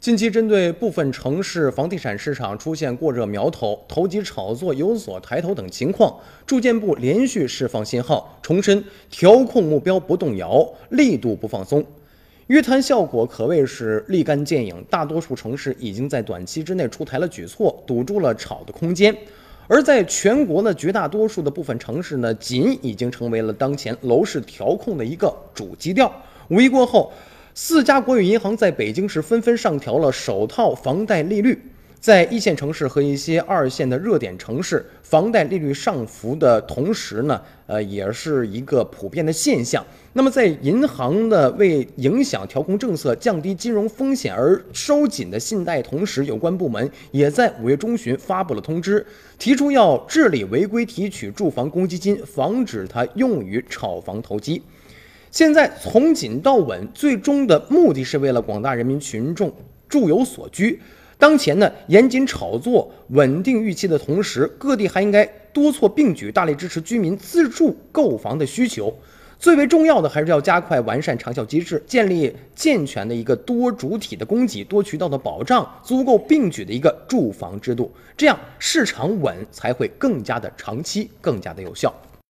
近期针对部分城市房地产市场出现过热苗头、投机炒作有所抬头等情况，住建部连续释放信号，重申调控目标不动摇，力度不放松。约谈效果可谓是立竿见影，大多数城市已经在短期之内出台了举措，堵住了炒的空间。而在全国的绝大多数的部分城市呢，仅已经成为了当前楼市调控的一个主基调。五一过后，4家国有银行在北京市纷纷上调了首套房贷利率，在一线城市和一些2线的热点城市，房贷利率上浮的同时呢，也是一个普遍的现象。那么，在银行呢为影响调控政策、降低金融风险而收紧的信贷同时，有关部门也在5月中旬发布了通知，提出要治理违规提取住房公积金，防止它用于炒房投机。现在从紧到稳，最终的目的是为了广大人民群众住有所居。当前呢，严谨炒作、稳定预期的同时，各地还应该多措并举，大力支持居民自住购房的需求。最为重要的还是要加快完善长效机制，建立健全的一个多主体的供给、多渠道的保障、足够并举的一个住房制度，这样市场稳才会更加的长期、更加的有效。